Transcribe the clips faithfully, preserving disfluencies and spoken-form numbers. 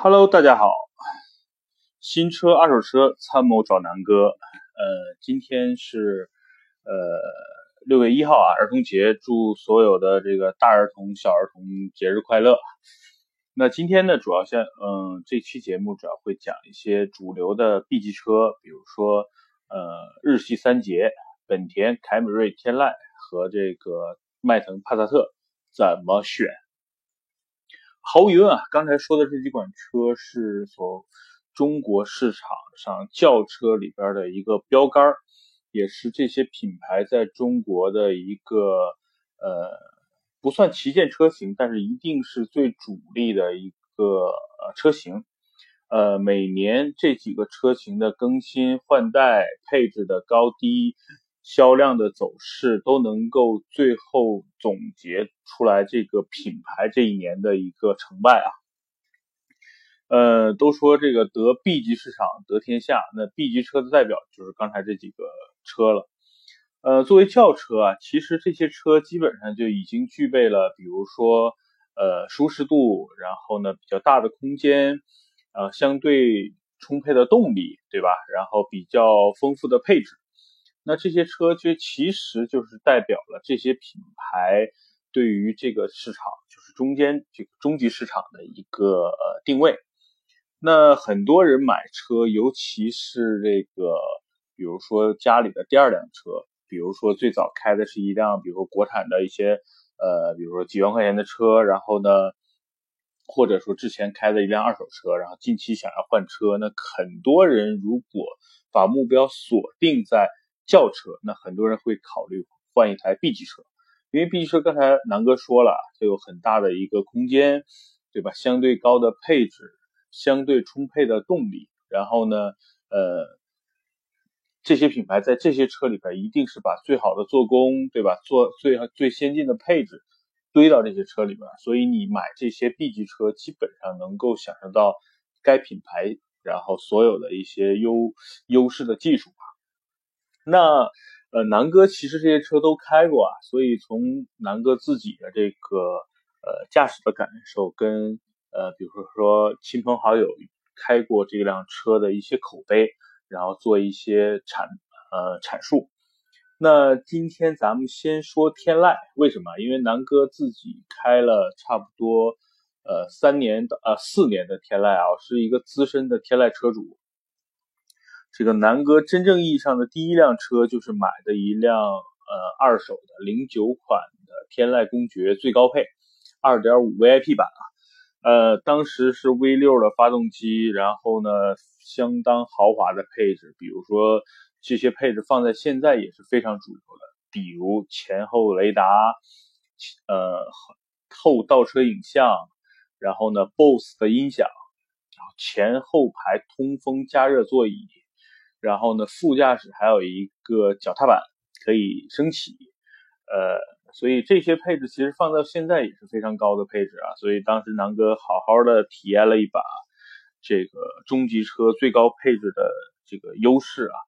Hello，大家好，新车、二手车参谋找南哥。呃，今天是呃六月一号啊，儿童节，祝所有的这个大儿童、小儿童节日快乐。那今天呢，主要像嗯、这期节目主要会讲一些主流的 B 级车，比如说呃日系三杰、本田凯美瑞、天籁和这个迈腾、帕萨特怎么选。毫无疑问啊，刚才说的这几款车是所中国市场上轿车里边的一个标杆，也是这些品牌在中国的一个呃不算旗舰车型，但是一定是最主力的一个呃车型。呃，每年这几个车型的更新换代、配置的高低、销量的走势，都能够最后总结出来这个品牌这一年的一个成败啊。呃，都说这个得 B 级市场得天下，那 B 级车的代表就是刚才这几个车了。呃，作为轿车啊，其实这些车基本上就已经具备了，比如说呃舒适度，然后呢比较大的空间，呃相对充沛的动力，对吧？然后比较丰富的配置。那这些车就其实就是代表了这些品牌对于这个市场，就是中间这个中级市场的一个呃定位。那很多人买车，尤其是这个，比如说家里的第二辆车，比如说最早开的是一辆，比如说国产的一些，呃，比如说几万块钱的车，然后呢，或者说之前开的一辆二手车，然后近期想要换车，那很多人如果把目标锁定在轿车，那很多人会考虑换一台 B 级车，因为 B 级车刚才南哥说了，它有很大的一个空间，对吧？相对高的配置。相对充沛的动力，然后呢，呃，这些品牌在这些车里边一定是把最好的做工，对吧？做最最先进的配置堆到这些车里边，所以你买这些 B 级车，基本上能够享受到该品牌然后所有的一些优优势的技术吧。那呃，南哥其实这些车都开过啊，所以从南哥自己的这个呃驾驶的感受跟呃，比如说亲朋好友开过这辆车的一些口碑，然后做一些阐呃阐述。那今天咱们先说天籁，为什么？因为南哥自己开了差不多呃三年的呃四年的天籁啊，是一个资深的天籁车主。这个南哥真正意义上的第一辆车就是买的一辆呃二手的零九款的天籁公爵最高配 二点五 V I P 版啊，呃当时是 V 六 的发动机，然后呢相当豪华的配置，比如说这些配置放在现在也是非常主流的，比如前后雷达，呃后倒车影像，然后呢 B O S S 的音响，然后前后排通风加热座椅。然后呢，副驾驶还有一个脚踏板可以升起，呃，所以这些配置其实放到现在也是非常高的配置啊。所以当时南哥好好的体验了一把这个中级车最高配置的这个优势啊，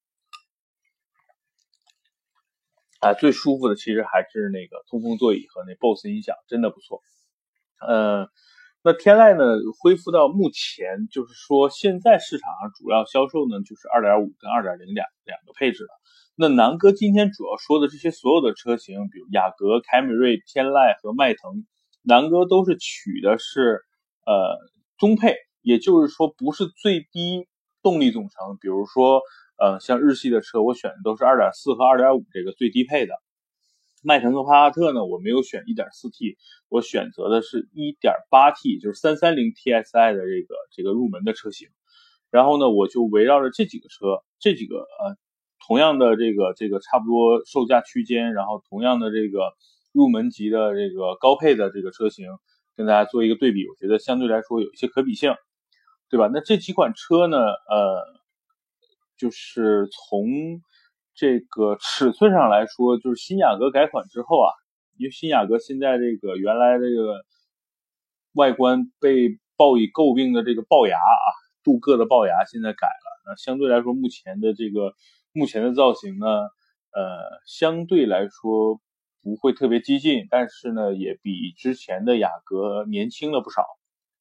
啊，最舒服的其实还是那个通风座椅和那 B O S S 音响，真的不错。呃，那天籁呢，恢复到目前，就是说现在市场上主要销售呢，就是 二点五 跟 二点零 两两个配置了。那南哥今天主要说的这些所有的车型，比如雅阁、凯美瑞、天籁和迈腾，南哥都是取的是呃中配，也就是说不是最低动力总成，比如说呃像日系的车，我选的都是 二点四 和 二点五 这个最低配的。迈腾和帕萨特呢，我没有选 一点四 T， 我选择的是 一点八 T， 就是三三零 T S I 的这个这个入门的车型。然后呢，我就围绕着这几个车，这几个呃同样的这个这个差不多售价区间，然后同样的这个入门级的这个高配的这个车型，跟大家做一个对比，我觉得相对来说有一些可比性，对吧？那这几款车呢，呃，就是从这个尺寸上来说，就是新雅阁改款之后啊，因为新雅阁现在这个原来这个外观被报以诟病的这个龅牙啊，镀铬的龅牙现在改了，那相对来说目前的这个目前的造型呢，呃，相对来说不会特别激进，但是呢，也比之前的雅阁年轻了不少。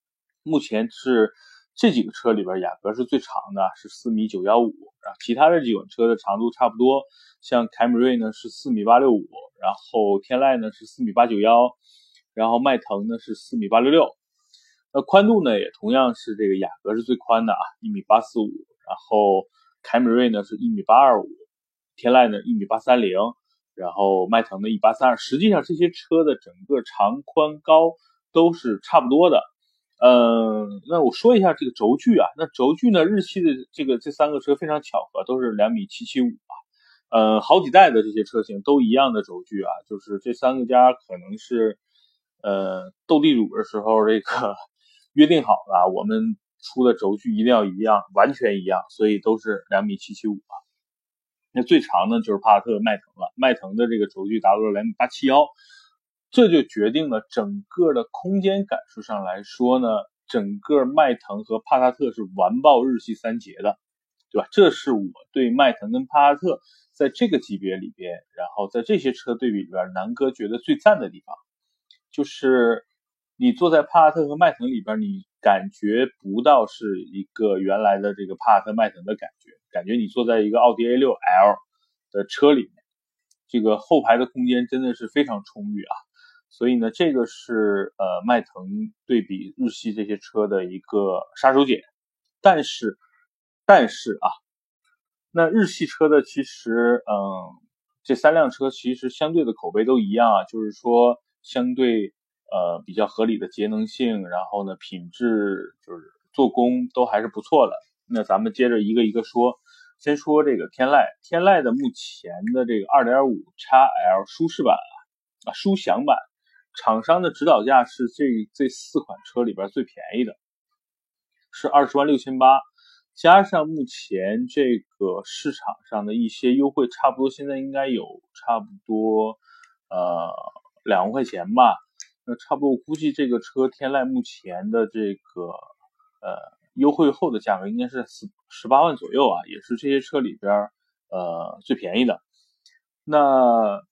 目前是这几个车里边雅阁是最长的，是四米九一五，然后其他的几款车的长度差不多，像凯美瑞呢是四米八六五，然后天籁呢是四米八九一，然后迈腾呢是四米八六六。那宽度呢也同样是这个雅阁是最宽的啊，一米八四五，然后凯美瑞呢是一米八二五，天籁呢一米八三零，然后迈腾呢一米八三二。实际上这些车的整个长宽高都是差不多的。嗯，那我说一下这个轴距啊，那轴距呢，日系的这个这三个车非常巧合，都是两米七七五啊。呃，好几代的这些车型都一样的轴距啊，就是这三个家可能是呃斗地主的时候这个约定好了，我们出的轴距一定要一样，完全一样，所以都是两米七七五啊。那最长呢就是帕萨特、迈腾了，迈腾的这个轴距达到了两米八七一，这就决定了整个的空间感受上来说呢，整个迈腾和帕萨特是完爆日系三杰的，对吧？这是我对迈腾跟帕萨特在这个级别里边，然后在这些车对比里边，南哥觉得最赞的地方，就是你坐在帕萨特和迈腾里边，你感觉不到是一个原来的这个帕萨特迈腾的感觉，感觉你坐在一个奥迪 A 六 L 的车里面，这个后排的空间真的是非常充裕啊。所以呢，这个是呃迈腾对比日系这些车的一个杀手锏。但是，但是啊，那日系车的其实，嗯，这三辆车其实相对的口碑都一样啊，就是说相对呃比较合理的节能性，然后呢品质就是做工都还是不错的。那咱们接着一个一个说，先说这个天籁，天籁的目前的这个 二点五 X L 舒适版啊，啊舒享版。厂商的指导价是这这四款车里边最便宜的，是二十万六千八，加上目前这个市场上的一些优惠，差不多现在应该有差不多呃两万块钱吧。那差不多我估计这个车天籁目前的这个呃优惠后的价格应该是十十八万左右啊，也是这些车里边呃最便宜的。那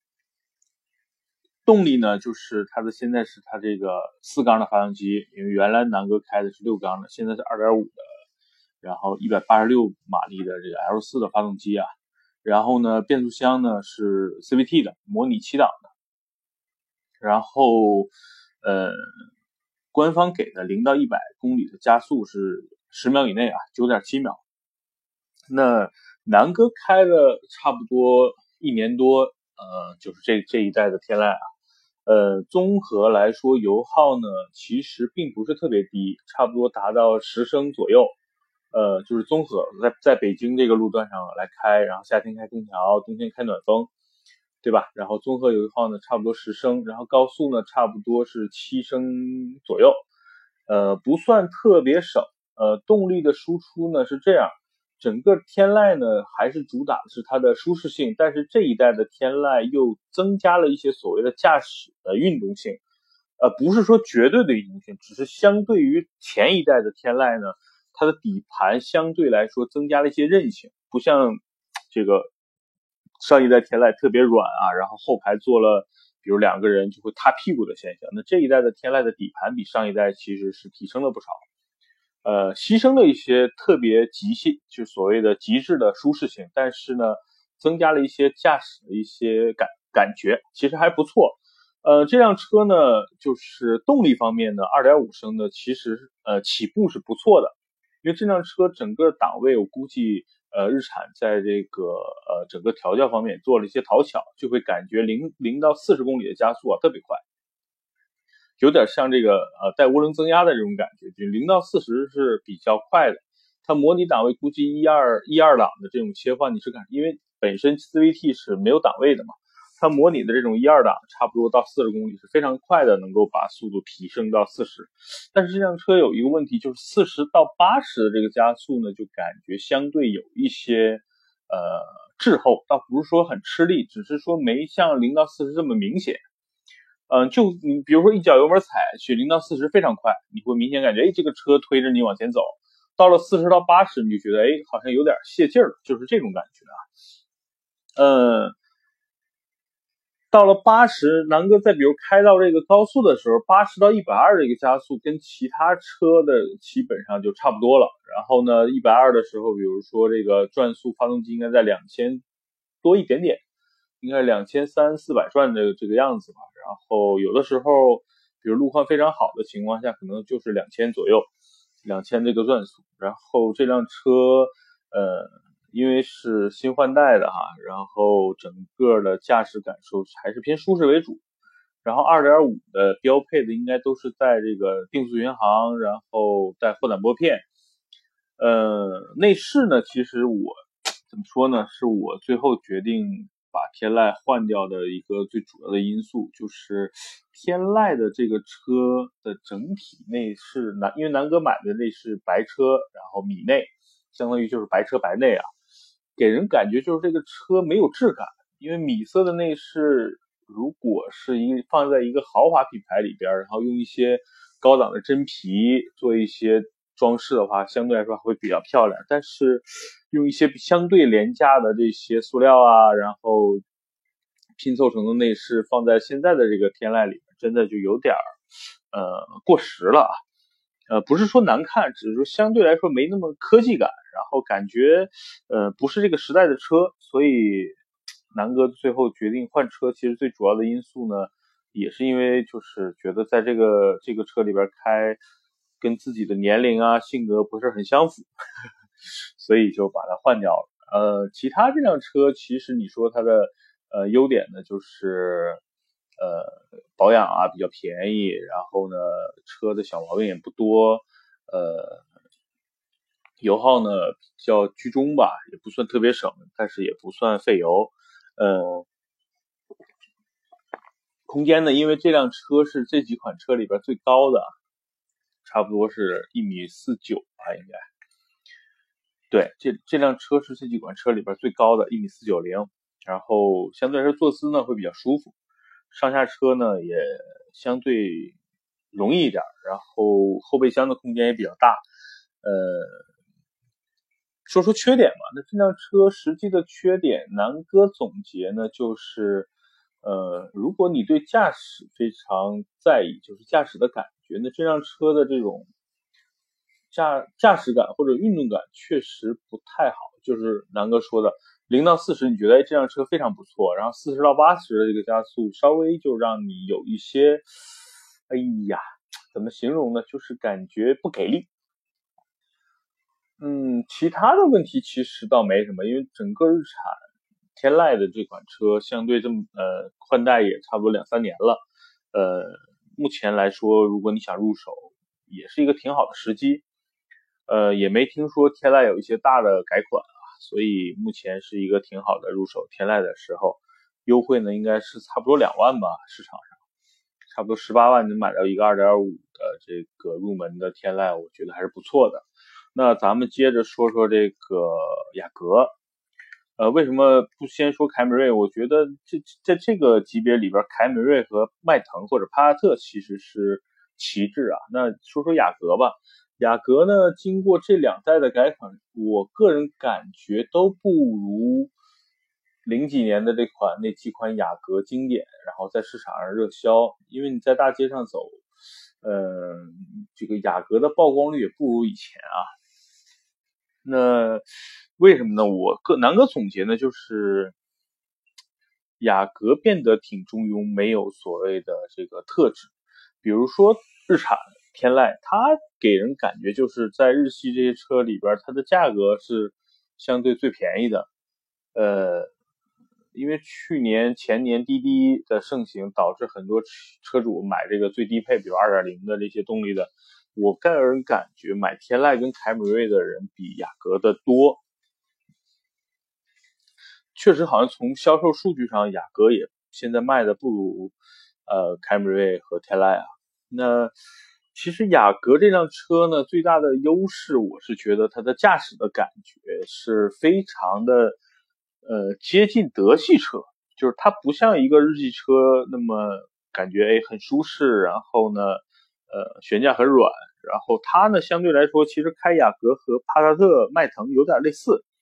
动力呢，就是它的现在是它这个四缸的发动机，因为原来南哥开的是六缸的，现在是 二点五 的，然后一百八十六马力的这个 L 四 的发动机啊，然后呢变速箱呢是 C V T 的模拟七档的，然后呃官方给的零到一百公里的加速是十秒以内啊， 九点七秒。那南哥开了差不多一年多，呃就是这这一代的天籁啊。呃，综合来说，油耗呢其实并不是特别低，差不多达到十升左右。呃，就是综合在在北京这个路段上来开，然后夏天开空调，冬天开暖风，对吧？然后综合油耗呢差不多十升，然后高速呢差不多是七升左右，呃，不算特别省。呃，动力的输出呢是这样。整个天籁呢还是主打的是它的舒适性，但是这一代的天籁又增加了一些所谓的驾驶的运动性，呃，不是说绝对的运动性，只是相对于前一代的天籁呢，它的底盘相对来说增加了一些韧性，不像这个上一代天籁特别软啊，然后后排坐了比如两个人就会塌屁股的现象。那这一代的天籁的底盘比上一代其实是提升了不少。呃，牺牲了一些特别极限，就所谓的极致的舒适性，但是呢，增加了一些驾驶的一些感感觉，其实还不错。呃，这辆车呢，就是动力方面呢 ，二点五 升的，其实呃起步是不错的，因为这辆车整个档位，我估计呃日产在这个呃整个调教方面做了一些讨巧，就会感觉零零到四十公里的加速啊特别快。有点像这个呃带涡轮增压的这种感觉，就零到四十是比较快的。它模拟档位估计一二一二档的这种切换，你是感因为本身 C V T 是没有档位的嘛，它模拟的这种一二档差不多到四十公里是非常快的，能够把速度提升到四十。但是这辆车有一个问题，就是四十到八十的这个加速呢，就感觉相对有一些呃滞后，倒不是说很吃力，只是说没像零到四十这么明显。嗯，就你比如说一脚油门踩去零到四十非常快，你会明显感觉，哎，这个车推着你往前走。到了四十到八十，你就觉得，哎，好像有点泄劲儿了，就是这种感觉啊。嗯， 到了八十，南哥再比如开到这个高速的时候，八十到一百二的一个加速跟其他车的基本上就差不多了。然后呢，一百二的时候，比如说这个转速，发动机应该在两千多一点点，应该是两千三四百转的这个样子吧。然后有的时候，比如路况非常好的情况下，可能就是两千左右，两千这个转速。然后这辆车，呃。因为是新换代的哈，然后整个的驾驶感受还是偏舒适为主。然后 二点五 的标配的应该都是带这个定速巡航，然后带后挡拨片。呃，内饰呢，其实我怎么说呢，是我最后决定把天籁换掉的一个最主要的因素，就是天籁的这个车的整体内饰，南因为南哥买的内饰白车，然后米内，相当于就是白车白内啊。给人感觉就是这个车没有质感，因为米色的内饰如果是一放在一个豪华品牌里边，然后用一些高档的真皮做一些装饰的话，相对来说会比较漂亮。但是用一些相对廉价的这些塑料啊，然后拼凑成的内饰放在现在的这个天籁里面，真的就有点呃过时了啊。呃，不是说难看，只是说相对来说没那么科技感，然后感觉呃不是这个时代的车，所以南哥最后决定换车，其实最主要的因素呢，也是因为就是觉得在这个这个车里边开，跟自己的年龄啊性格不是很相符，所以就把它换掉了。呃，其他这辆车其实你说它的呃优点呢，就是呃保养啊比较便宜，然后呢车的小毛病也不多，呃油耗呢比较居中吧，也不算特别省，但是也不算费油。呃，空间呢，因为这辆车是这几款车里边最高的，差不多是一米四九吧，应该。对，这这辆车是这几款车里边最高的，一米四九零，然后相对来说坐姿呢会比较舒服，上下车呢也相对容易一点，然后后备箱的空间也比较大。呃，说说缺点吧，那这辆车实际的缺点，南哥总结呢就是，呃，如果你对驾驶非常在意，就是驾驶的感觉，那这辆车的这种驾驾驶感或者运动感确实不太好。就是南哥说的，零到四十你觉得哎这辆车非常不错，然后四十到八十的这个加速稍微就让你有一些，哎呀，怎么形容呢？就是感觉不给力。嗯，其他的问题其实倒没什么，因为整个日产天籁的这款车相对这么呃换代也差不多两三年了，呃，目前来说，如果你想入手，也是一个挺好的时机。呃，也没听说天籁有一些大的改款啊，所以目前是一个挺好的入手天籁的时候，优惠呢应该是差不多两万吧，市场上差不多十八万能买到一个 二点五 的这个入门的天籁，我觉得还是不错的。那咱们接着说说这个雅阁，呃，为什么不先说凯美瑞？我觉得这在这个级别里边，凯美瑞和迈腾或者帕萨特其实是旗帜啊。那说说雅阁吧，雅阁呢，经过这两代的改款，我个人感觉都不如零几年的这款那几款雅阁经典，然后在市场上热销。因为你在大街上走，呃，这个雅阁的曝光率也不如以前啊。那为什么呢？我个南哥总结呢，就是雅阁变得挺中庸，没有所谓的这个特质。比如说日产天籁，它给人感觉就是在日系这些车里边，它的价格是相对最便宜的。呃，因为去年前年滴滴的盛行，导致很多车主买这个最低配，比如 二点零 的这些动力的。我个人感觉买天籁跟凯美瑞的人比雅阁的多，确实好像从销售数据上，雅阁也现在卖的不如呃凯美瑞和天籁啊。那其实雅阁这辆车呢，最大的优势我是觉得它的驾驶的感觉是非常的呃接近德系车，就是它不像一个日系车那么感觉哎很舒适，然后呢呃悬架很软，然后它呢相对来说其实开雅阁和帕萨特、迈腾有点类似。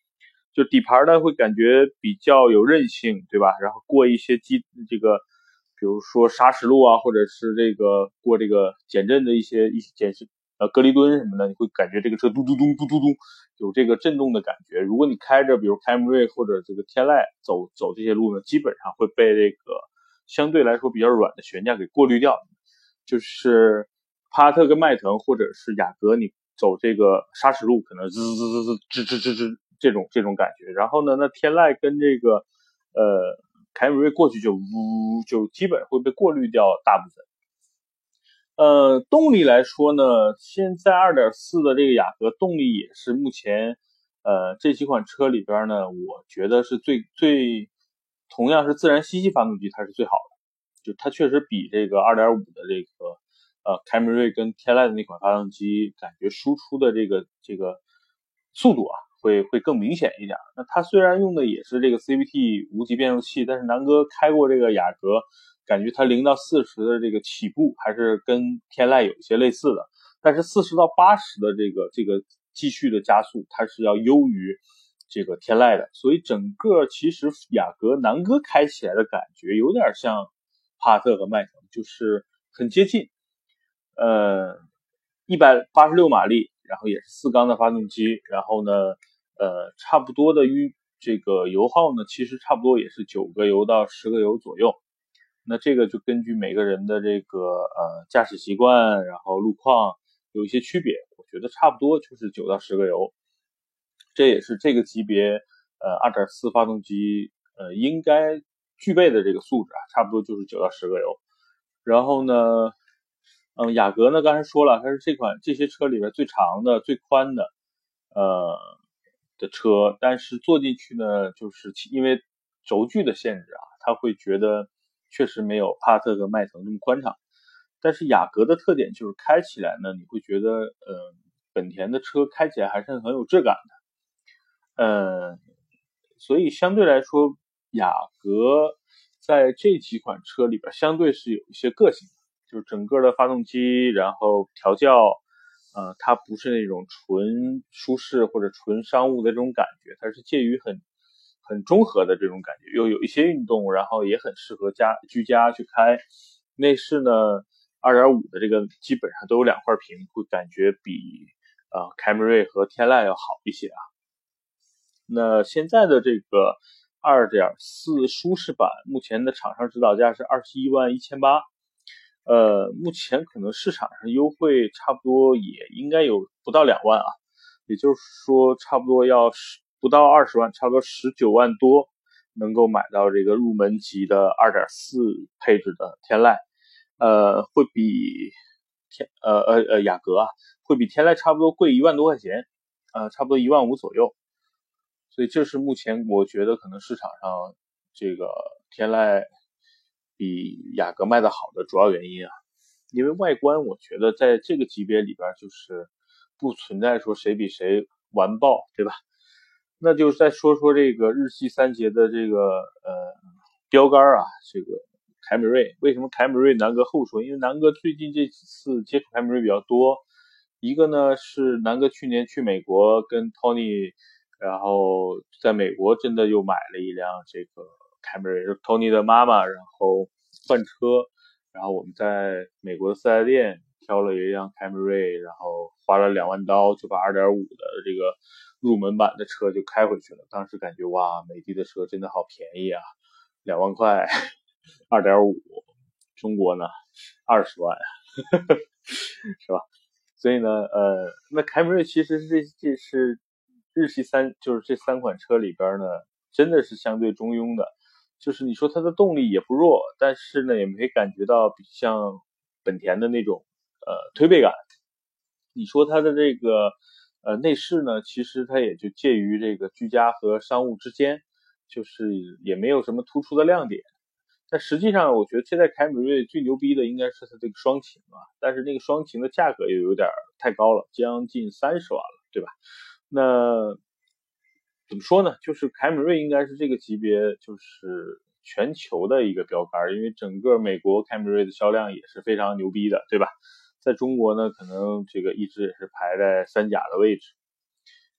就底盘呢会感觉比较有韧性，对吧？然后过一些基这个，比如说砂石路啊，或者是这个过这个减震的一些一些减呃隔离墩什么的，你会感觉这个车嘟嘟嘟嘟嘟嘟有这个震动的感觉。如果你开着比如凯美瑞或者这个天籁走走这些路呢，基本上会被这个相对来说比较软的悬架给过滤掉。就是帕萨特跟迈腾或者是雅阁，你走这个砂石路可能滋滋滋滋吱吱吱吱这种这种感觉。然后呢，那天籁跟这个呃凯美瑞过去就呜就基本会被过滤掉大部分。呃，动力来说呢，现在 二点四 的这个雅阁动力也是目前呃这几款车里边呢，我觉得是最最同样是自然吸气发动机，它是最好的。就它确实比这个 二点五 的这个呃凯美瑞跟天籁的那款发动机感觉输出的这个这个速度啊会会更明显一点。那它虽然用的也是这个 C V T 无级变速器，但是南哥开过这个雅阁，感觉它零到四十的这个起步还是跟天籁有一些类似的，但是四十到八十的这个这个继续的加速它是要优于这个天籁的，所以整个其实雅阁南哥开起来的感觉有点像帕萨特和迈腾，就是很接近，呃，一百八十六马力，然后也是四缸的发动机，然后呢，呃，差不多的于这个油耗呢，其实差不多也是九个油到十个油左右。那这个就根据每个人的这个呃驾驶习惯，然后路况有一些区别，我觉得差不多就是九到十个油，这也是这个级别呃 二点四 发动机呃应该具备的这个素质啊，差不多就是九到十个油。然后呢，嗯，雅阁呢刚才说了，它是这款这些车里边最长的、最宽的呃的车，但是坐进去呢，就是因为轴距的限制啊，他会觉得确实没有帕萨特和迈腾那么宽敞。但是雅阁的特点就是开起来呢，你会觉得呃本田的车开起来还是很有质感的，呃，所以相对来说，雅阁在这几款车里边相对是有一些个性的，就是整个的发动机，然后调教，呃，它不是那种纯舒适或者纯商务的这种感觉，它是介于很很中和的这种感觉，又有一些运动，然后也很适合家居家去开。内饰呢， 二点五 的这个基本上都有两块屏，会感觉比呃凯美瑞和天籁要好一些啊。那现在的这个 二点四 舒适版，目前的厂商指导价是二十一万一千八，呃，目前可能市场上优惠差不多也应该有不到两万啊，也就是说差不多要不到二十万，差不多十九万多能够买到这个入门级的 二点四 配置的天籁，呃，会比天呃呃呃雅阁啊，会比天籁差不多贵一万多块钱，呃，差不多一万五左右。所以这是目前我觉得可能市场上这个天籁比雅阁卖的好的主要原因啊，因为外观我觉得在这个级别里边就是不存在说谁比谁完爆，对吧？那就再说说这个日系三杰的这个呃标杆啊，这个凯美瑞。为什么凯美瑞南哥后说？因为南哥最近这几次接触凯美瑞比较多，一个呢是南哥去年去美国跟 Tony。然后在美国真的又买了一辆这个凯美瑞，是 Tony 的妈妈，然后换车，然后我们在美国的四 S 店挑了一辆凯美瑞，然后花了两万刀就把 二点五 的这个入门版的车就开回去了。当时感觉哇，美的的车真的好便宜啊，两万块 二点五， 中国呢二十万是吧？所以呢，呃，那凯美瑞其实这这是日系三，就是这三款车里边呢，真的是相对中庸的。就是你说它的动力也不弱，但是呢，也没感觉到比像本田的那种呃推背感。你说它的这个呃内饰呢，其实它也就介于这个居家和商务之间，就是也没有什么突出的亮点。但实际上，我觉得现在凯美瑞最牛逼的应该是它这个双擎啊，但是那个双擎的价格又有点太高了，将近三十万了，对吧？那怎么说呢？就是凯美瑞应该是这个级别，就是全球的一个标杆，因为整个美国凯美瑞的销量也是非常牛逼的，对吧？在中国呢，可能这个一直也是排在三甲的位置。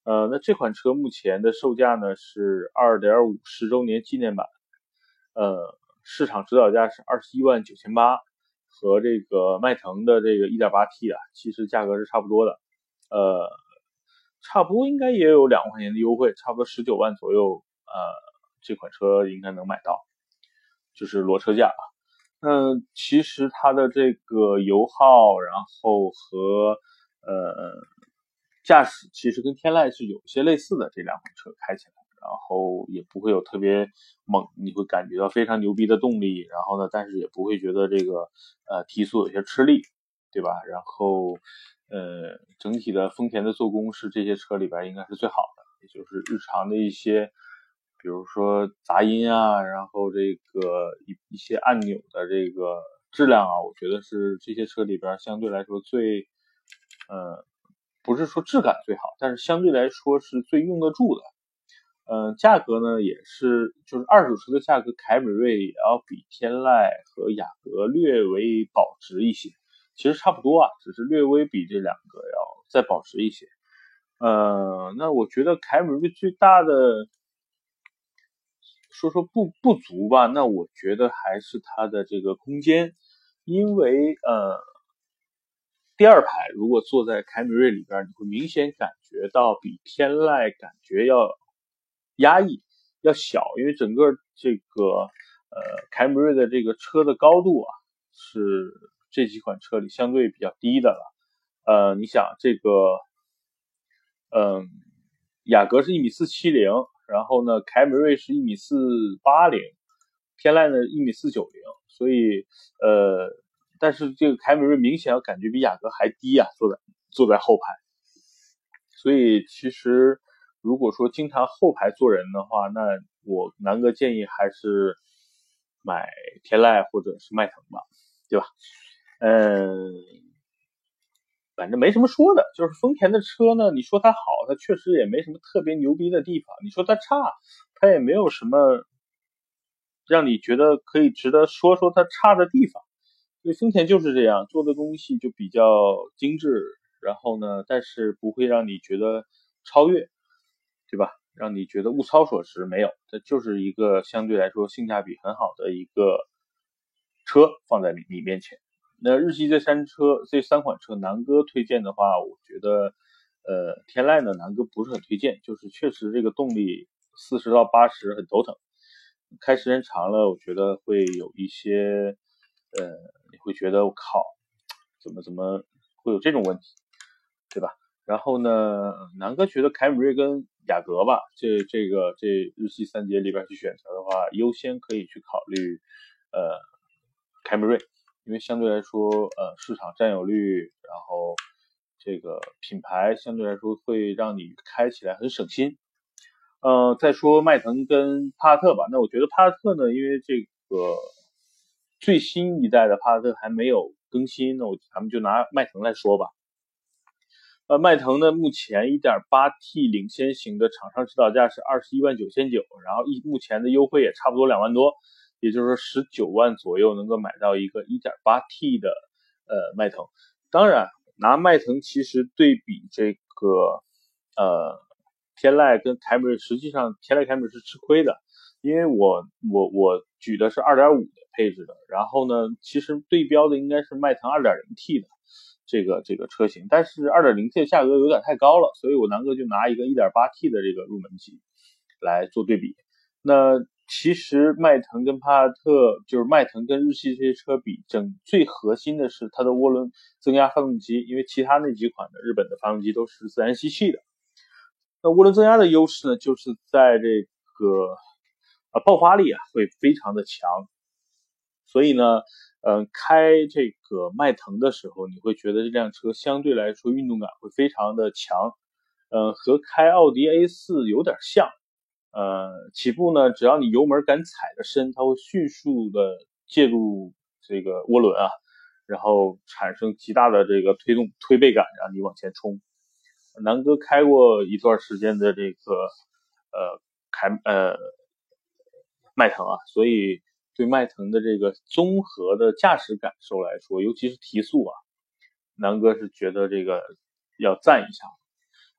呃，那这款车目前的售价呢是 二点五 十周年纪念版，呃，市场指导价是二十一万九千八，和这个迈腾的这个 一点八 T 啊，其实价格是差不多的，呃，差不多应该也有两万块钱的优惠，差不多十九万左右，呃，这款车应该能买到，就是裸车价。嗯，其实它的这个油耗，然后和呃驾驶其实跟天籁是有些类似的，这两款车开起来，然后也不会有特别猛，你会感觉到非常牛逼的动力，然后呢，但是也不会觉得这个呃提速有些吃力，对吧？然后呃整体的丰田的做工是这些车里边应该是最好的，也就是日常的一些。比如说杂音啊，然后这个一一些按钮的这个质量啊，我觉得是这些车里边相对来说最，呃，不是说质感最好，但是相对来说是最用得住的。嗯，价格呢也是，就是二手车的价格，凯美瑞也要比天籁和雅阁略微保值一些，其实差不多啊，只是略微比这两个要再保值一些。呃，那我觉得凯美瑞最大的说说不不足吧，那我觉得还是它的这个空间，因为呃，第二排如果坐在凯美瑞里边，你会明显感觉到比天籁感觉要压抑，要小，因为整个这个呃凯美瑞的这个车的高度啊，是这几款车里相对比较低的了。呃，你想这个，嗯，雅阁是一米四七零，然后呢，凯美瑞是一米四八零，天籁呢一米四九零，所以呃，但是这个凯美瑞明显要感觉比雅阁还低啊，坐在坐在后排，所以其实如果说经常后排坐人的话，那我南哥建议还是买天籁或者是迈腾吧，对吧？嗯，反正没什么说的，就是丰田的车呢，你说它好，它确实也没什么特别牛逼的地方；你说它差，它也没有什么让你觉得可以值得说说它差的地方。所以丰田就是这样，做的东西就比较精致，然后呢，但是不会让你觉得超越，对吧？让你觉得物超所值，没有，它就是一个相对来说性价比很好的一个车放在你你面前。那日系这三车这三款车，南哥推荐的话，我觉得，呃，天籁呢，南哥不是很推荐，就是确实这个动力四十到八十很头疼，开时间长了，我觉得会有一些，呃，你会觉得我靠，怎么怎么会有这种问题，对吧？然后呢，南哥觉得凯美瑞跟雅阁吧，这这个这日系三杰里边去选择的话，优先可以去考虑，呃，凯美瑞。因为相对来说，呃，市场占有率，然后这个品牌相对来说会让你开起来很省心。呃，再说迈腾跟帕萨特吧，那我觉得帕萨特呢，因为这个最新一代的帕萨特还没有更新，那我咱们就拿迈腾来说吧。呃，迈腾呢，目前 一点八 T 领先型的厂商指导价是二十一万九千九，然后一目前的优惠也差不多两万多，也就是说十九万左右能够买到一个 一点八 T 的呃迈腾。当然，拿迈腾其实对比这个呃天籁跟凯美瑞，实际上天籁凯美瑞是吃亏的，因为我我我举的是 二点五 的配置的，然后呢，其实对标的应该是迈腾 二点零 T 的。这个这个车型，但是 二点零 T 的价格有点太高了，所以我南哥就拿一个 一点八 T 的这个入门级来做对比。那其实迈腾跟帕萨特，就是迈腾跟日系这些车比，整最核心的是它的涡轮增压发动机，因为其他那几款的日本的发动机都是自然吸气的。那涡轮增压的优势呢，就是在这个呃爆发力啊会非常的强，所以呢，呃，开这个迈腾的时候，你会觉得这辆车相对来说运动感会非常的强，呃，和开奥迪 A 四 有点像。呃，起步呢，只要你油门敢踩的深，它会迅速的介入这个涡轮啊，然后产生极大的这个推动推背感，让你往前冲。南哥开过一段时间的这个呃开呃迈腾啊，所以对迈腾的这个综合的驾驶感受来说，尤其是提速啊，南哥是觉得这个要赞一下。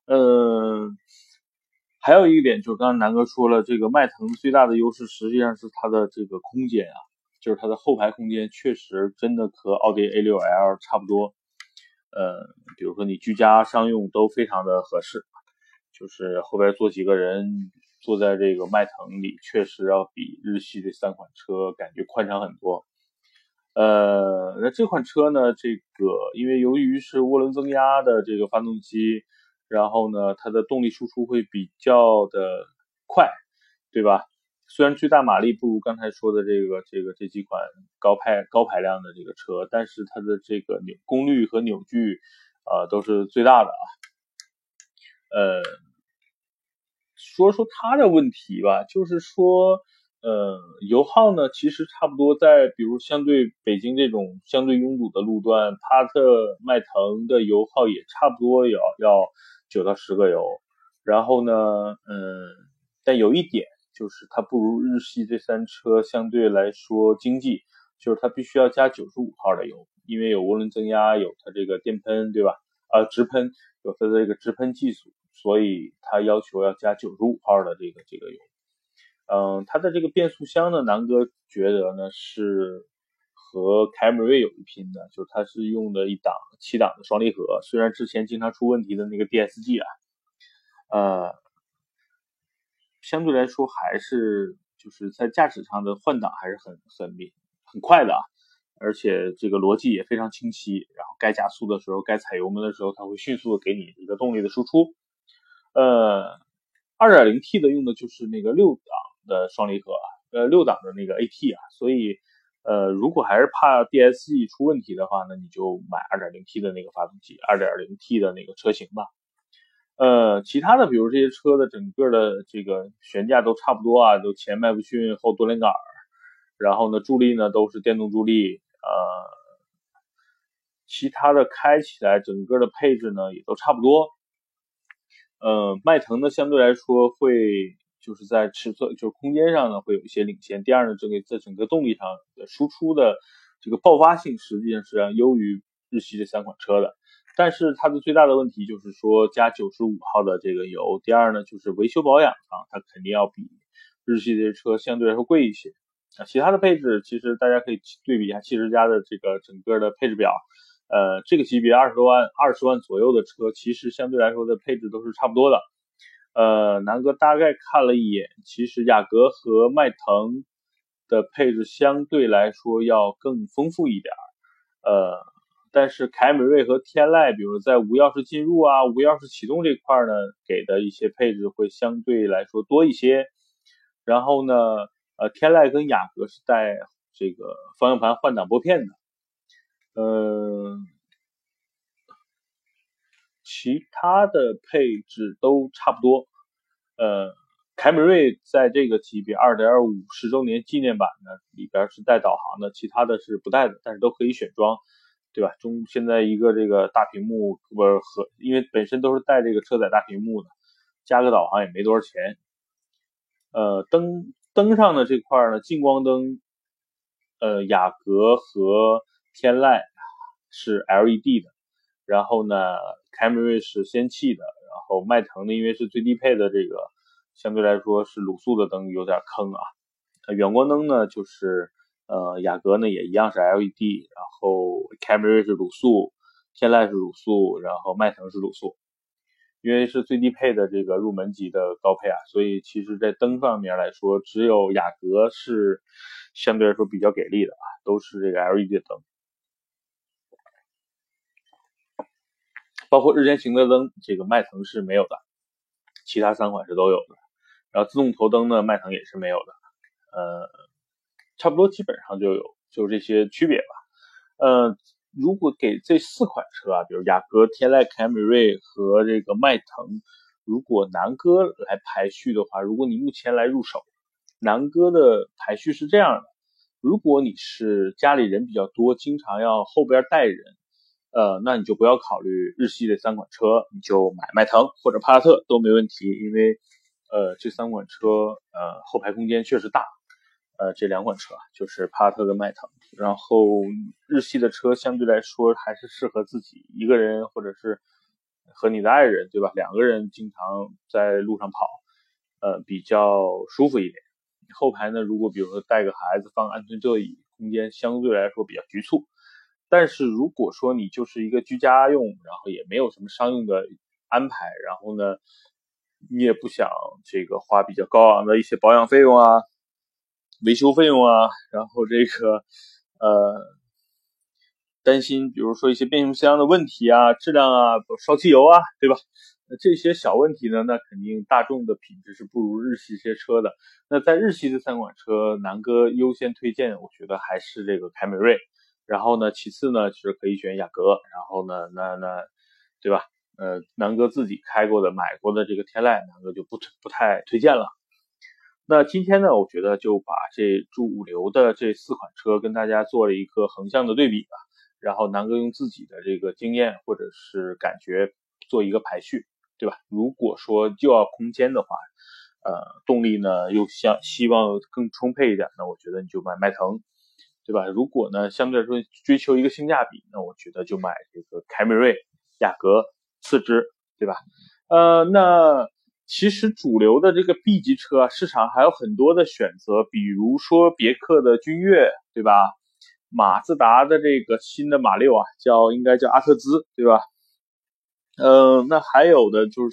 嗯，还有一点就是刚刚南哥说了，这个迈腾最大的优势实际上是它的这个空间啊，就是它的后排空间确实真的和奥迪 A 六 L 差不多。呃，比如说你居家商用都非常的合适，就是后边坐几个人，坐在这个迈腾里，确实要比日系这三款车感觉宽敞很多。呃，那这款车呢，这个因为由于是涡轮增压的这个发动机，然后呢，它的动力输出会比较的快，对吧？虽然最大马力不如刚才说的这个这个这几款高排高排量的这个车，但是它的这个扭功率和扭矩，呃，都是最大的啊。呃，说说它的问题吧，就是说，呃，油耗呢，其实差不多在，比如相对北京这种相对拥堵的路段，帕萨特、迈腾的油耗也差不多要要九到十个油。然后呢，嗯，但有一点就是它不如日系这三车相对来说经济，就是它必须要加九十五号的油，因为有涡轮增压，有它这个电喷，对吧？啊，直喷，有它的这个直喷技术。所以它要求要加九十五号的这个这个油。嗯，它的这个变速箱呢，南哥觉得呢是和凯美瑞有一拼的，就是它是用的一档七档的双离合，虽然之前经常出问题的那个 D S G 啊，呃，相对来说还是就是在驾驶上的换挡还是很很明很快的啊，而且这个逻辑也非常清晰，然后该加速的时候，该踩油门的时候，它会迅速的给你一个动力的输出。呃，二点零 T 的用的就是那个六档的双离合，呃，六档的那个 A T 啊，所以，呃，如果还是怕 D S G 出问题的话，那你就买 二点零 T 的那个发动机 ，二点零 T 的那个车型吧。呃，其他的比如这些车的整个的这个悬架都差不多啊，都前麦弗逊后多连杆，然后呢，助力呢都是电动助力，呃，其他的开起来整个的配置呢也都差不多。呃，迈腾呢相对来说会就是在尺寸就是空间上呢会有一些领先。第二呢，这个在整个动力上的输出的这个爆发性实际上是要优于日系这三款车的。但是它的最大的问题就是说加九十五号的这个油。第二呢，就是维修保养上它肯定要比日系这些车相对来说贵一些。啊，其他的配置其实大家可以对比一下汽车家的这个整个的配置表。呃，这个级别二十多万、二十万左右的车，其实相对来说的配置都是差不多的。呃，南哥大概看了一眼，其实雅阁和迈腾的配置相对来说要更丰富一点。呃，但是凯美瑞和天籁，比如在无钥匙进入啊、无钥匙启动这块呢，给的一些配置会相对来说多一些。然后呢，呃，天籁跟雅阁是带这个方向盘换挡拨片的。呃，其他的配置都差不多。呃，凯美瑞在这个级别 二点五 十周年纪念版呢里边是带导航的，其他的是不带的，但是都可以选装，对吧？中现在一个这个大屏幕不是和因为本身都是带这个车载大屏幕的，加个导航也没多少钱。呃，灯灯上的这块呢，近光灯，呃，雅阁和天籁是 L E D 的。然后呢，凯美瑞是氙气的，然后迈腾呢，因为是最低配的这个，相对来说是卤素的灯，有点坑啊。呃远光灯呢，就是呃雅阁呢也一样是 L E D，然后凯美瑞是卤素，天籁是卤素，然后迈腾是卤素。因为是最低配的这个入门级的高配啊，所以其实在灯方面来说，只有雅阁是相对来说比较给力的啊，都是这个 L E D 的灯。包括日间行车灯，这个迈腾是没有的，其他三款是都有的。然后自动头灯呢，迈腾也是没有的。呃，差不多基本上就有就这些区别吧。呃，如果给这四款车啊，比如雅阁、天籁、凯美瑞和这个迈腾，如果南哥来排序的话，如果你目前来入手，南哥的排序是这样的：如果你是家里人比较多，经常要后边带人，呃，那你就不要考虑日系这三款车，你就买迈腾或者帕萨特都没问题，因为呃这三款车呃后排空间确实大。呃，这两款车就是帕萨特跟迈腾。然后日系的车相对来说还是适合自己一个人或者是和你的爱人，对吧？两个人经常在路上跑，呃，比较舒服一点。后排呢，如果比如说带个孩子放安全座椅，空间相对来说比较局促。但是如果说你就是一个居家用，然后也没有什么商用的安排，然后呢，你也不想这个花比较高昂的一些保养费用啊、维修费用啊，然后这个呃担心比如说一些变速箱的问题啊、质量啊、烧机油啊，对吧？那这些小问题呢，那肯定大众的品质是不如日系这些车的。那在日系这三款车，南哥优先推荐，我觉得还是这个凯美瑞。然后呢，其次呢是可以选雅阁，然后呢，那那对吧？呃，南哥自己开过的、买过的这个天籁，南哥就不不太推荐了。那今天呢，我觉得就把这主流的这四款车跟大家做了一个横向的对比吧。然后南哥用自己的这个经验或者是感觉做一个排序，对吧？如果说就要空间的话，呃，动力呢又想希望更充沛一点，那我觉得你就买迈腾，对吧？如果呢相对来说追求一个性价比，那我觉得就买这个凯美瑞、雅阁次之，对吧？呃，那其实主流的这个 B 级车啊，市场还有很多的选择，比如说别克的君越，对吧？马自达的这个新的马六啊，叫应该叫阿特兹，对吧？呃，那还有的就是，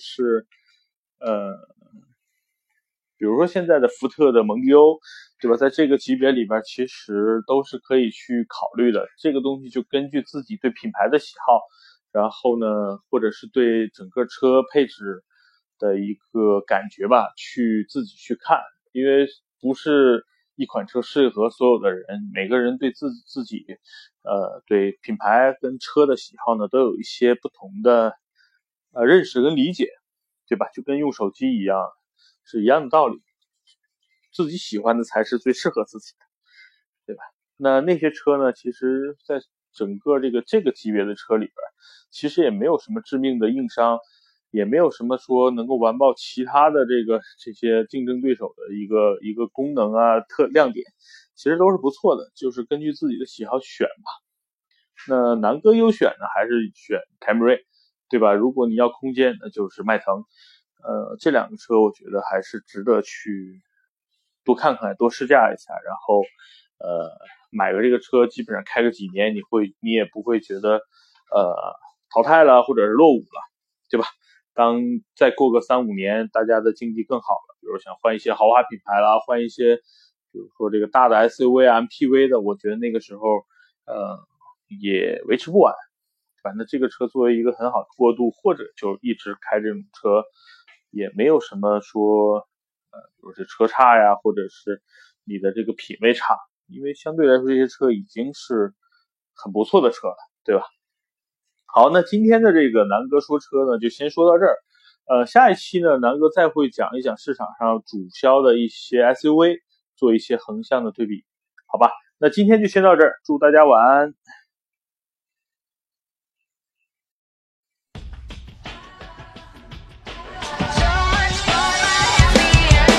呃，比如说现在的福特的蒙迪欧，对吧？在这个级别里边，其实都是可以去考虑的。这个东西就根据自己对品牌的喜好，然后呢，或者是对整个车配置的一个感觉吧，去自己去看，因为不是一款车适合所有的人，每个人对自自己，呃，对品牌跟车的喜好呢，都有一些不同的呃认识跟理解，对吧？就跟用手机一样。是一样的道理，自己喜欢的才是最适合自己的，对吧？那那些车呢，其实在整个这个这个级别的车里边，其实也没有什么致命的硬伤，也没有什么说能够完爆其他的这个这些竞争对手的一个一个功能啊特亮点，其实都是不错的，就是根据自己的喜好选吧。那南哥优选呢，还是选凯美瑞，对吧？如果你要空间，那就是迈腾。呃，这两个车我觉得还是值得去多看看、多试驾一下，然后呃买个这个车，基本上开个几年，你会你也不会觉得呃淘汰了或者是落伍了，对吧？当再过个三五年，大家的经济更好了，比如想换一些豪华品牌啦，换一些比如说这个大的 S U V 啊、M P V 的，我觉得那个时候呃也维持不完。反正这个车作为一个很好的过渡，或者就一直开这种车，也没有什么说，呃，比如是车差呀，或者是你的这个品味差，因为相对来说这些车已经是很不错的车了，对吧？好，那今天的这个南哥说车呢，就先说到这儿。呃，下一期呢，南哥再会讲一讲市场上主销的一些 S U V，做一些横向的对比，好吧？那今天就先到这儿，祝大家晚安。